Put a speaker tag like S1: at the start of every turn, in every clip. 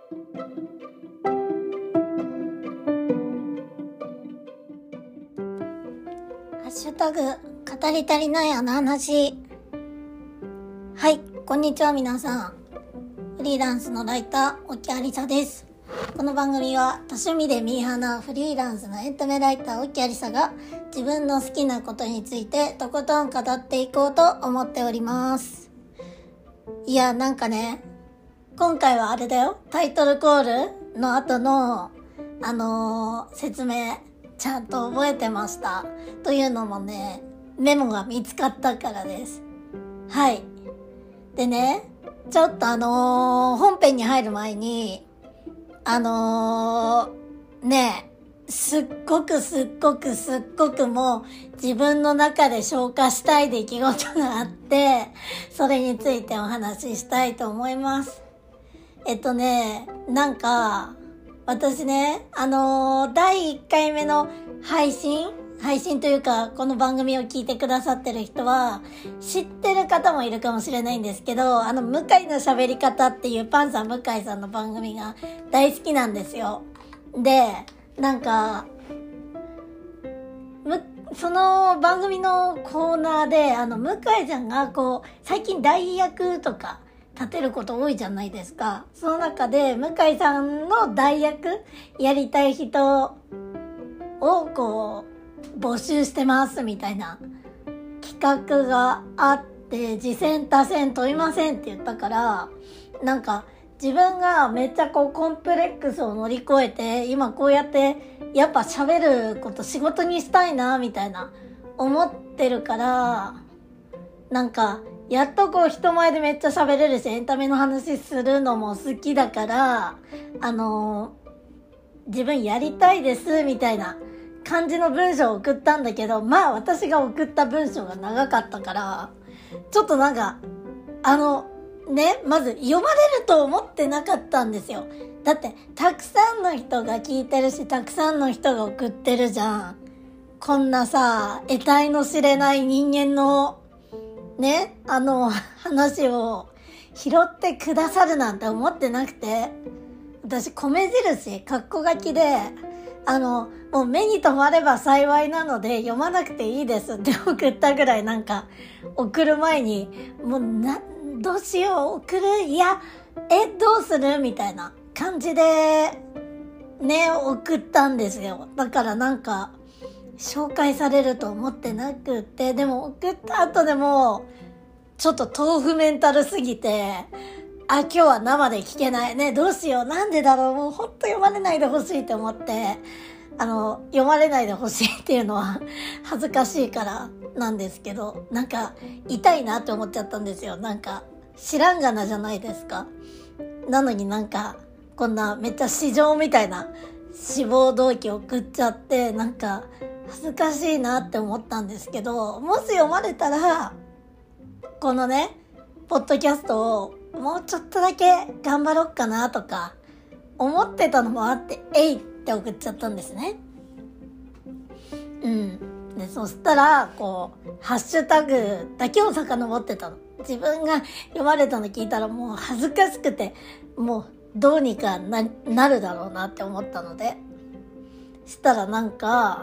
S1: ハッシュタグ語り足りないあの話。はい、こんにちは皆さん。フリーランスのライター沖有沙です。この番組は多趣味でミーハーなフリーランスのエンタメライター沖有沙が自分の好きなことについてとことん語っていこうと思っております。いや、なんかね、今回はあれだよ、タイトルコールの後の説明ちゃんと覚えてました。というのもね、メモが見つかったからです。はい。でね、ちょっと本編に入る前に、ね、すっごくもう自分の中で消化したい出来事があって、それについてお話ししたいと思います。なんか、私ね、第1回目の配信というか、この番組を聞いてくださってる人は、知ってる方もいるかもしれないんですけど、向井の喋り方っていうパンサー向井さんの番組が大好きなんですよ。で、なんか、その番組のコーナーで、向井さんがこう、最近代役とか、立てること多いじゃないですか。その中で向井さんの代役やりたい人をこう募集してますみたいな企画があって、次戦他戦問いませんって言ったから、なんか自分がめっちゃこうコンプレックスを乗り越えて今こうやってやっぱ喋ること仕事にしたいなみたいな思ってるから、なんかやっとこう人前でめっちゃ喋れるし、エンタメの話するのも好きだから、自分やりたいですみたいな感じの文章を送ったんだけど、まあ私が送った文章が長かったから、ちょっとなんか、まず読まれると思ってなかったんですよ。だってたくさんの人が聞いてるし、たくさんの人が送ってるじゃん。こんなさ、得体の知れない人間のね、話を拾ってくださるなんて思ってなくて、私米印カッコ書きでもう目に留まれば幸いなので読まなくていいですって送ったぐらい、なんか送る前にもうどうしよう、送る、いやどうするみたいな感じでね送ったんですよ。だからなんか紹介されると思ってなくて、でも送った後でもちょっと豆腐メンタルすぎて、今日は生で聞けないね、どうしよう、なんでだろう、もうほんと読まれないでほしいと思って、読まれないでほしいっていうのは恥ずかしいからなんですけど、なんか痛いなって思っちゃったんですよ。なんか知らんがなじゃないですか。なのになんかこんなめっちゃ市場みたいな志望動機送っちゃって、なんか恥ずかしいなって思ったんですけど、もし読まれたらこのねポッドキャストをもうちょっとだけ頑張ろっかなとか思ってたのもあって、えいって送っちゃったんですね。でそしたらこうハッシュタグだけを遡ってたの。自分が読まれたの聞いたらもう恥ずかしくて、もうどうにか なるだろうなって思ったので、したらなんか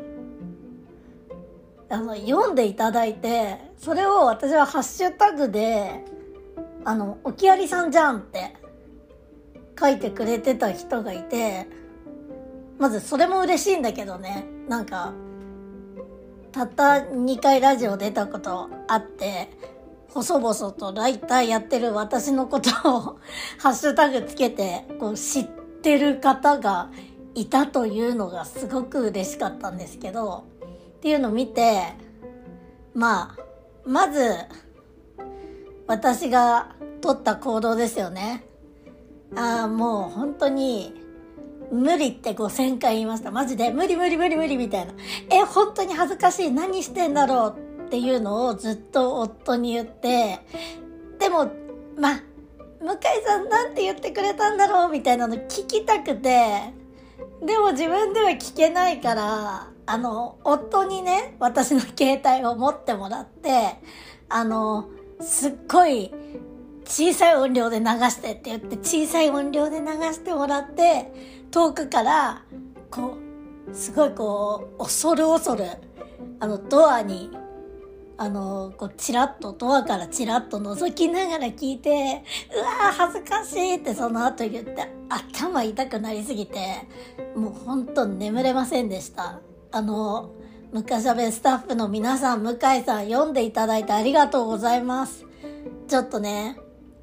S1: 読んでいただいて、それを私はハッシュタグで沖有さんじゃんって書いてくれてた人がいて、まずそれも嬉しいんだけどね、なんかたった2回ラジオ出たことあって、細々とライターやってる私のことをハッシュタグつけてこう知ってる方がいたというのがすごく嬉しかったんですけど、っていうのを見て、まず私が取った行動ですよね。もう本当に無理って5000回言いました。マジで無理みたいな。本当に恥ずかしい、何してんだろうっていうのをずっと夫に言って、でも向井さんなんて言ってくれたんだろうみたいなの聞きたくて、でも自分では聞けないから、夫にね私の携帯を持ってもらって、すっごい小さい音量で流してって言って小さい音量で流してもらって、遠くからこうすごいこう恐るドアにこうチラッとドアからチラッと覗きながら聞いて、うわー恥ずかしいってその後言って、頭痛くなりすぎてもうほんと眠れませんでした。ムカジャベスタッフの皆さん、向井さん読んでいただいてありがとうございます。ちょっとね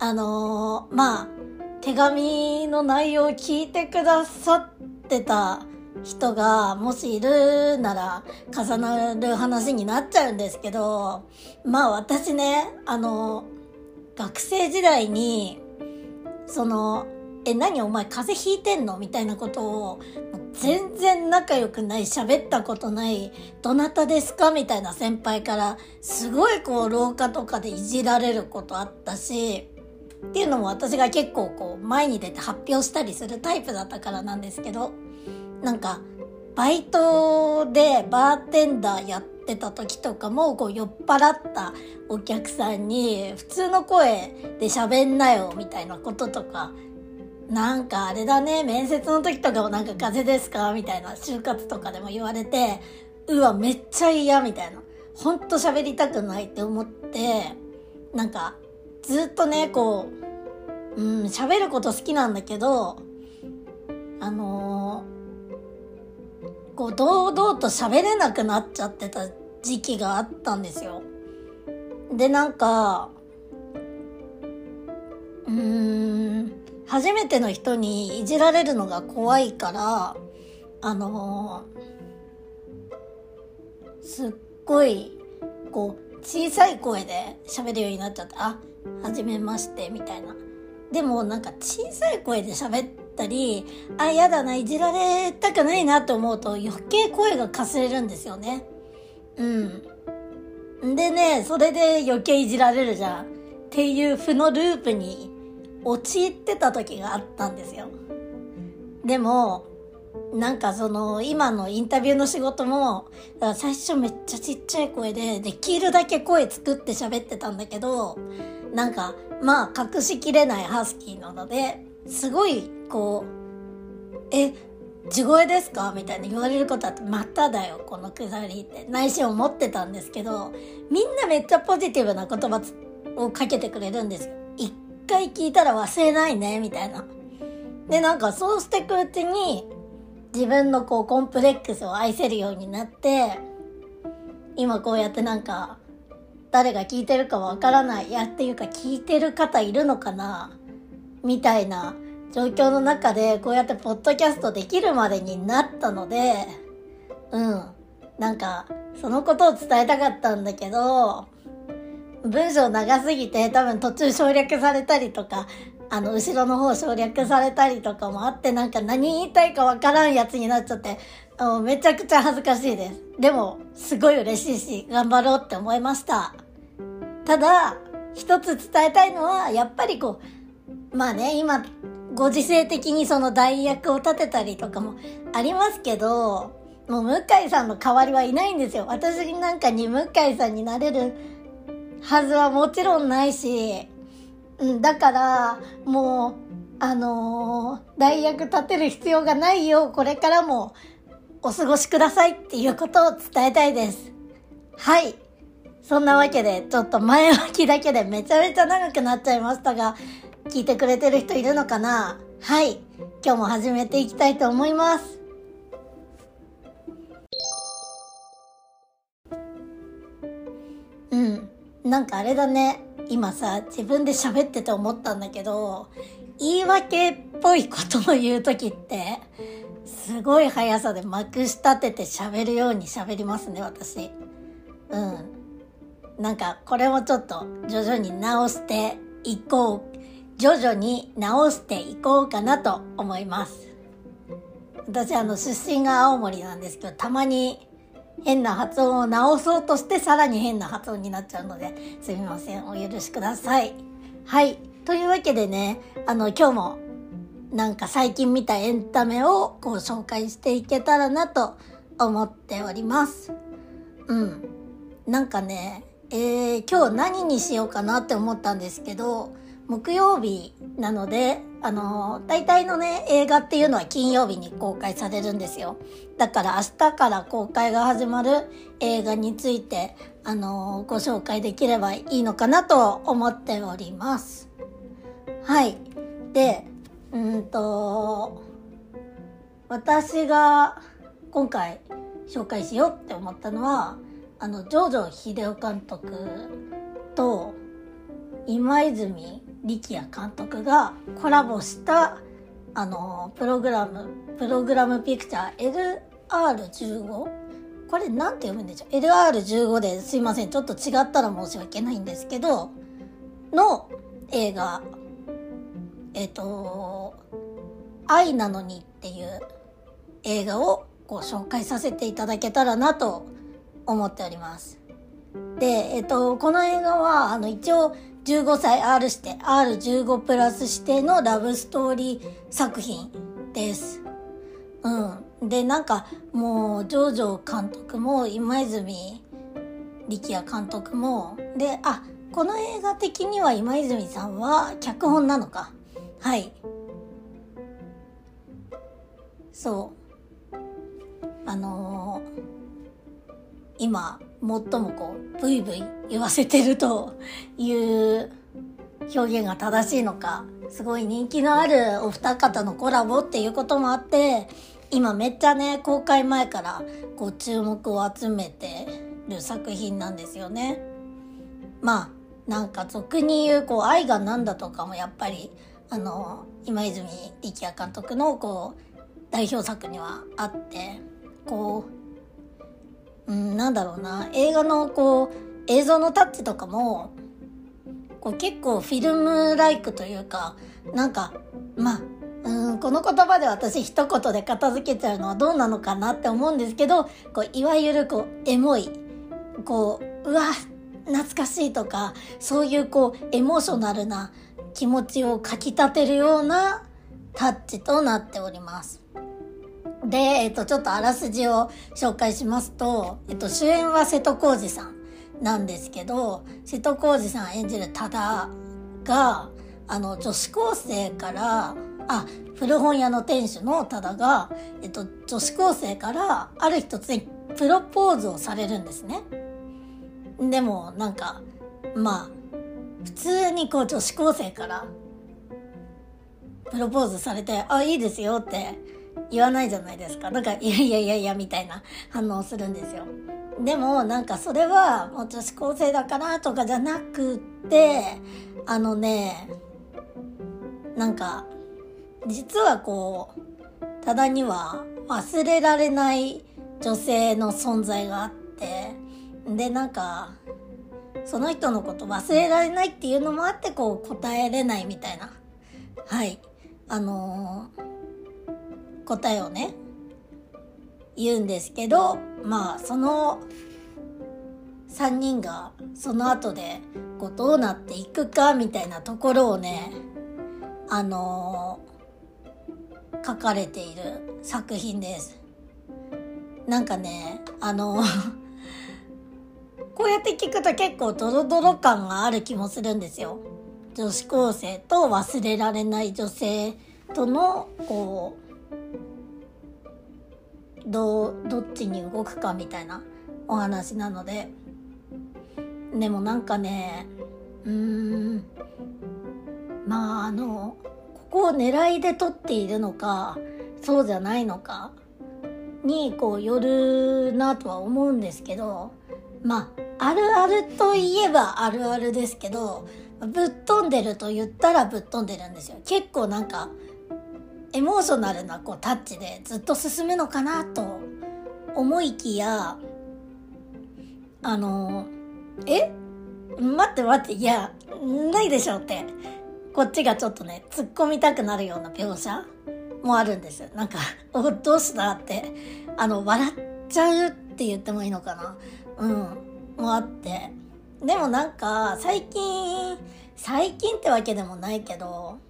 S1: 手紙の内容を聞いてくださってた人がもしいるなら重なる話になっちゃうんですけど、私ね学生時代に何お前風邪ひいてんのみたいなことを全然仲良くない、喋ったことないどなたですかみたいな先輩からすごいこう廊下とかでいじられることあったし、っていうのも私が結構こう前に出て発表したりするタイプだったからなんですけど、なんかバイトでバーテンダーやってた時とかもこう酔っ払ったお客さんに普通の声で喋んなよみたいなこととか、なんかあれだね、面接の時とかもなんか風邪ですかみたいな、就活とかでも言われて、うわめっちゃ嫌みたいな、ほんと喋りたくないって思って、なんかずっとねこう喋ること好きなんだけどこう堂々と喋れなくなっちゃってた時期があったんですよ。でなんか初めての人にいじられるのが怖いからすっごいこう小さい声で喋るようになっちゃって、はじめましてみたいな。でもなんか小さい声で喋ったり、やだないじられたくないなと思うと余計声がかすれるんですよね。でね、それで余計いじられるじゃんっていう負のループに陥ってた時があったんですよ。でもなんか今のインタビューの仕事も最初めっちゃちっちゃい声でできるだけ声作って喋ってたんだけど、なんか隠しきれないハスキーなのですごいこう地声ですかみたいな言われることあって、まただよこのくだりって内心思ってたんですけど、みんなめっちゃポジティブな言葉をかけてくれるんですよ。一回聞いたら忘れないねみたいな。でなんかそうしていくうちに自分のこうコンプレックスを愛せるようになって、今こうやってなんか誰が聞いてるかわからない、っていうか聞いてる方いるのかなみたいな状況の中でこうやってポッドキャストできるまでになったので、なんかそのことを伝えたかったんだけど、文章長すぎて多分途中省略されたりとか、後ろの方省略されたりとかもあって、なんか何言いたいかわからんやつになっちゃって、めちゃくちゃ恥ずかしいです。でもすごい嬉しいし頑張ろうって思いました。ただ一つ伝えたいのは、やっぱりこう今ご時世的にその代役を立てたりとかもありますけど、もう向井さんの代わりはいないんですよ。私なんかに向井さんになれるはずはもちろんないし、だからもう代役立てる必要がないよ、これからもお過ごしくださいっていうことを伝えたいです。はい、そんなわけでちょっと前置きだけでめちゃめちゃ長くなっちゃいましたが、聞いてくれてる人いるのかな？はい、今日も始めていきたいと思います。なんかあれだね、今さ自分で喋ってて思ったんだけど、言い訳っぽいことを言うときってすごい速さでまくし立てて喋るように喋りますね、私。なんかこれもちょっと徐々に直していこうかなと思います。私出身が青森なんですけど、たまに変な発音を直そうとしてさらに変な発音になっちゃうので、すみません、お許しください。はい、というわけでね、今日もなんか最近見たエンタメをこう紹介していけたらなと思っております。なんかね、今日何にしようかなって思ったんですけど、 木曜日なので、大体のね、映画っていうのは金曜日に公開されるんですよ。だから明日から公開が始まる映画について、ご紹介できればいいのかなと思っております。はい。で、私が今回紹介しようって思ったのは、城城秀夫監督と今泉力也監督がコラボしたプログラムピクチャー LR15、 これなんて読むんでしょう、 LR15 ですいません、ちょっと違ったら申し訳ないんですけどの映画、愛なのにっていう映画をご紹介させていただけたらなと思っております。で、この映画は一応15歳 R 指定 R15 プラス指定のラブストーリー作品です。で、なんかもう城城監督も今泉力也監督もで、この映画的には今泉さんは脚本なのか。はい。そう。今最もブイブイ言わせてるという表現が正しいのか、すごい人気のあるお二方のコラボっていうこともあって、今めっちゃね、公開前から注目を集めてる作品なんですよね。まあなんか俗に言う愛がなんだとかもやっぱり今泉力也監督の代表作にはあって、なんだろうな、映画の映像のタッチとかも結構フィルムライクというか、なんかこの言葉で私一言で片付けちゃうのはどうなのかなって思うんですけど、いわゆるエモい、うわ懐かしいとか、そういうエモーショナルな気持ちをかき立てるようなタッチとなっております。で、ちょっとあらすじを紹介しますと、主演は瀬戸康史さんなんですけど、瀬戸康史さん演じる多田が、女子高生から、古本屋の店主の多田が、女子高生からある日突然プロポーズをされるんですね。でもなんか、普通に女子高生からプロポーズされて、いいですよって言わないじゃないですか。だから、いやみたいな反応するんですよ。でもなんかそれはもう女子高生だからとかじゃなくって、なんか実は多田には忘れられない女性の存在があって、でなんかその人のこと忘れられないっていうのもあって答えれないみたいな、はい答えをね言うんですけど、その3人がその後でどうなっていくかみたいなところをね書かれている作品です。なんかねこうやって聞くと結構ドロドロ感がある気もするんですよ。女子高生と忘れられない女性とのどっちに動くかみたいなお話なので、でもなんかねここを狙いで撮っているのかそうじゃないのかによるなとは思うんですけど、あるあるといえばあるあるですけど、ぶっ飛んでると言ったらぶっ飛んでるんですよ。結構なんかエモーショナルなタッチでずっと進むのかなと思いきや、待っていやないでしょってこっちがちょっとね突っ込みたくなるような描写もあるんです。なんかどうしたって笑っちゃうって言ってもいいのかな、もあって、でもなんか最近ってわけでもないけど、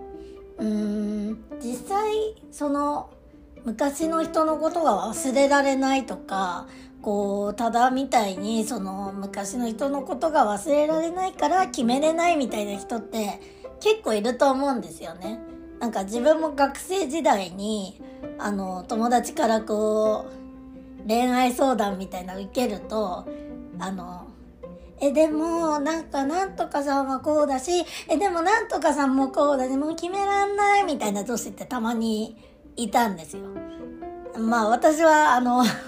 S1: 実際その昔の人のことが忘れられないとか、ただみたいにその昔の人のことが忘れられないから決めれないみたいな人って結構いると思うんですよね。なんか自分も学生時代に友達からこう恋愛相談みたいなの受けるとでもなんとかさんはこうだしでもなんとかさんもこうだしもう決めらんないみたいな女子ってたまにいたんですよ。まあ私は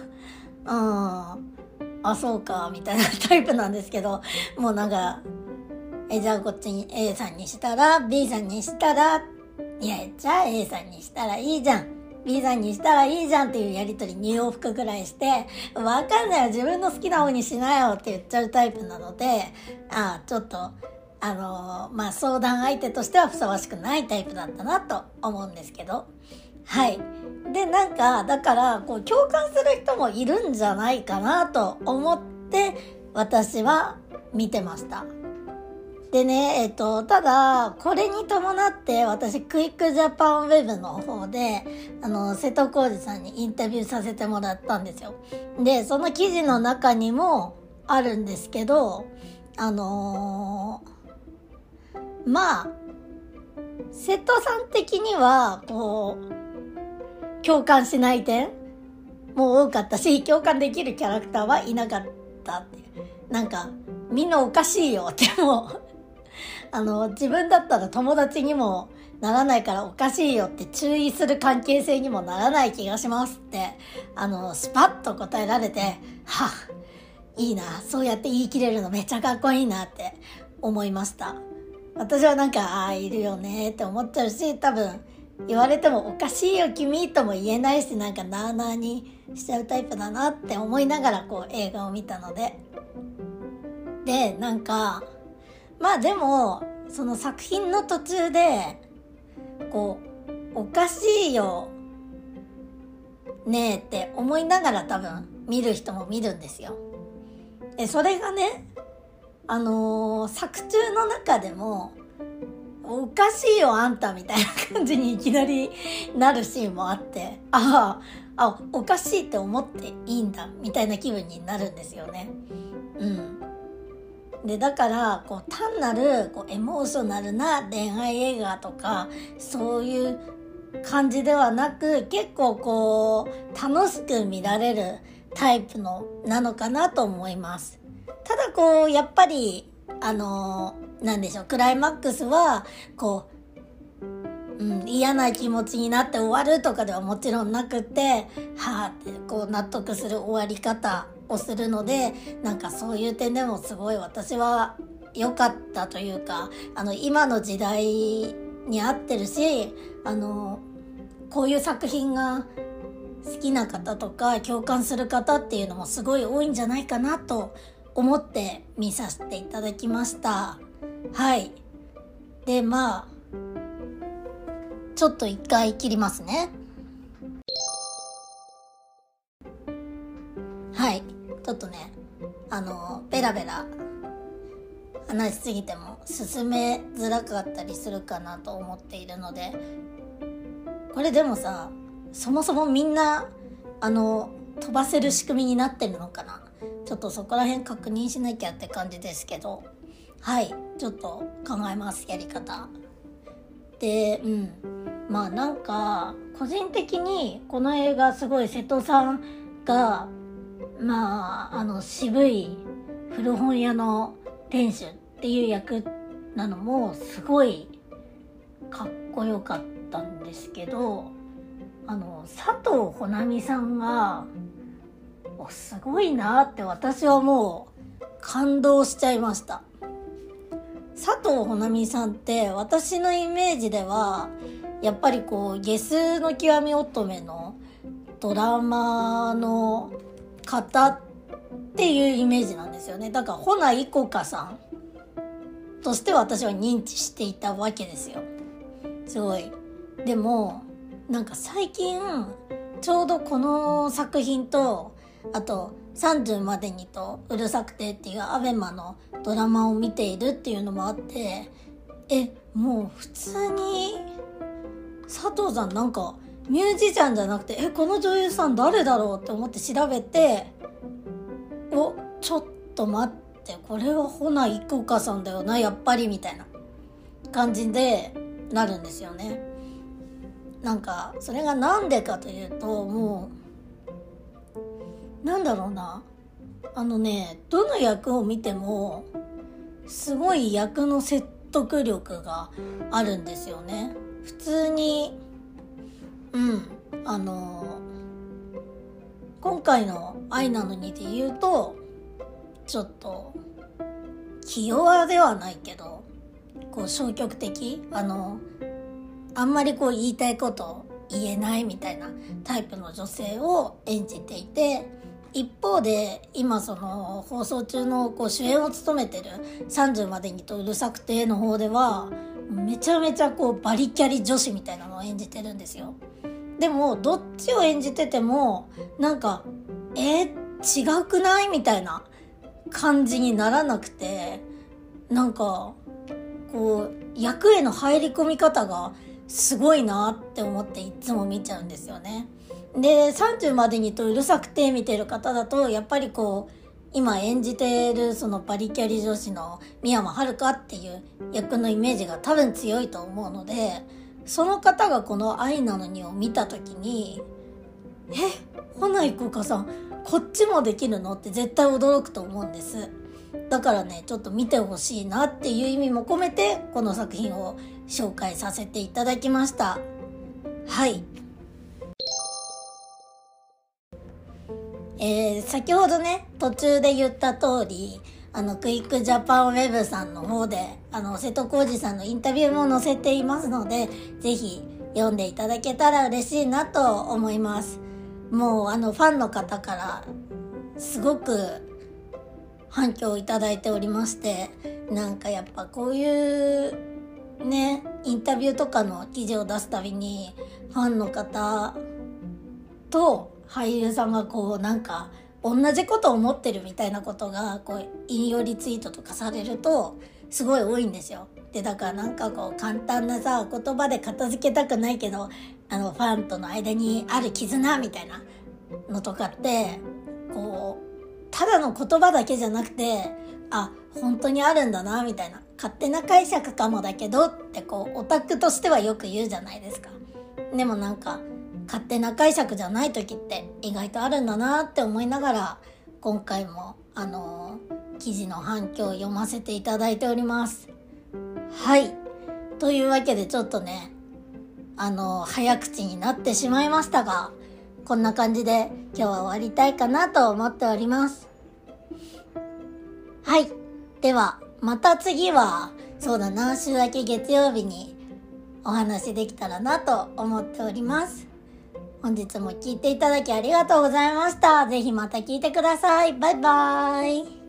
S1: そうかみたいなタイプなんですけど、もうなんかじゃあこっちに A さんにしたら B さんにしたらじゃあ A さんにしたらいいじゃん B さんにしたらいいじゃんっていうやりとり2往復ぐらいして、わかんないよ自分の好きな方にしなよって言っちゃうタイプなので、ちょっと相談相手としてはふさわしくないタイプだったなと思うんですけど、はい。でだからこう共感する人もいるんじゃないかなと思って私は見てました。でね、ただこれに伴って私クイックジャパンウェブの方で瀬戸康史さんにインタビューさせてもらったんですよ。でその記事の中にもあるんですけど瀬戸さん的にはこう共感しない点も多かったし、共感できるキャラクターはいなかったっていう。なんかみんなおかしいよっても自分だったら友達にもならないからおかしいよって注意する関係性にもならない気がしますってスパッと答えられて、いいな、そうやって言い切れるのめっちゃかっこいいなって思いました。私はなんかいるよねって思っちゃうし、多分言われてもおかしいよ君とも言えないし、なんかなあなあにしちゃうタイプだなって思いながらこう映画を見たので、なんかでもその作品の途中でこうおかしいよねえって思いながら多分見る人も見るんですよ。それがね作中の中でもおかしいよあんたみたいな感じにいきなりなるシーンもあって、おかしいって思っていいんだみたいな気分になるんですよね。でだからこう単なるこうエモーショナルな恋愛映画とかそういう感じではなく、結構こう楽しく見られるタイプのなのかなと思います。ただこうやっぱりなんでしょう、クライマックスはこう、嫌な気持ちになって終わるとかではもちろんなくて、ってこう納得する終わり方をするので、なんかそういう点でもすごい私は良かったというか、今の時代に合ってるし、こういう作品が好きな方とか共感する方っていうのもすごい多いんじゃないかなと思って見させていただきました。はい。でちょっと一回切りますね。はい。ちょっとねベラベラ話しすぎても進めづらかったりするかなと思っているので、これでもさ、そもそもみんな飛ばせる仕組みになってるのかな、ちょっとそこら辺確認しなきゃって感じですけど、はい、ちょっと考えます、やり方で。なんか個人的にこの映画すごい瀬戸さんが渋い古本屋の店主っていう役なのもすごいかっこよかったんですけど、佐藤穂波さんがすごいなって私はもう感動しちゃいました。佐藤穂波さんって私のイメージではやっぱりこうゲスの極み乙女のドラマの方っていうイメージなんですよね。だから穂名伊子香さんとして私は認知していたわけですよ。すごい。でもなんか最近ちょうどこの作品とあと30までにとうるさくてっていうアベマのドラマを見ているっていうのもあって、もう普通に佐藤さんなんかミュージシャンじゃなくてこの女優さん誰だろうって思って調べて、ちょっと待って、これは穂名伊子香さんだよなやっぱりみたいな感じでなるんですよね。なんかそれがなんでかというと、もうなんだろうな、どの役を見てもすごい役の説得力があるんですよね。普通に今回の愛なのにで言うと、ちょっと気弱ではないけどこう消極的、あんまりこう言いたいこと言えないみたいなタイプの女性を演じていて、一方で今その放送中のこう主演を務めてる30までにとうるさくての方ではめちゃめちゃこうバリキャリ女子みたいなのを演じてるんですよ。でもどっちを演じててもなんか違くないみたいな感じにならなくて、なんかこう役への入り込み方がすごいなって思っていつも見ちゃうんですよね。で30までにとうるさくて見てる方だとやっぱりこう今演じてるそのバリキャリ女子の三山遥っていう役のイメージが多分強いと思うので、その方がこの愛なのにを見た時にほないこかさんこっちもできるのって絶対驚くと思うんです。だからね、ちょっと見てほしいなっていう意味も込めてこの作品を紹介させていただきました。はい、先ほどね途中で言った通りクイックジャパンウェブさんの方で瀬戸康史さんのインタビューも載せていますので、ぜひ読んでいただけたら嬉しいなと思います。もうファンの方からすごく反響をいただいておりまして、なんかやっぱこういうねインタビューとかの記事を出すたびにファンの方と俳優さんがこうなんか同じことを思ってるみたいなことがこう引用リツイートとかされるとすごい多いんですよ。でだからなんかこう簡単なさ言葉で片付けたくないけどファンとの間にある絆みたいなのとかってこうただの言葉だけじゃなくて本当にあるんだなみたいな、勝手な解釈かもだけどってこうオタクとしてはよく言うじゃないですか。でもなんか勝手な解釈じゃない時って意外とあるんだなって思いながら今回も記事の反響を読ませていただいております。はい、というわけでちょっとね早口になってしまいましたが、こんな感じで今日は終わりたいかなと思っております。はい、ではまた次はそうだな、週明け月曜日にお話できたらなと思っております。本日も聞いていただきありがとうございました。ぜひまた聞いてください。バイバーイ。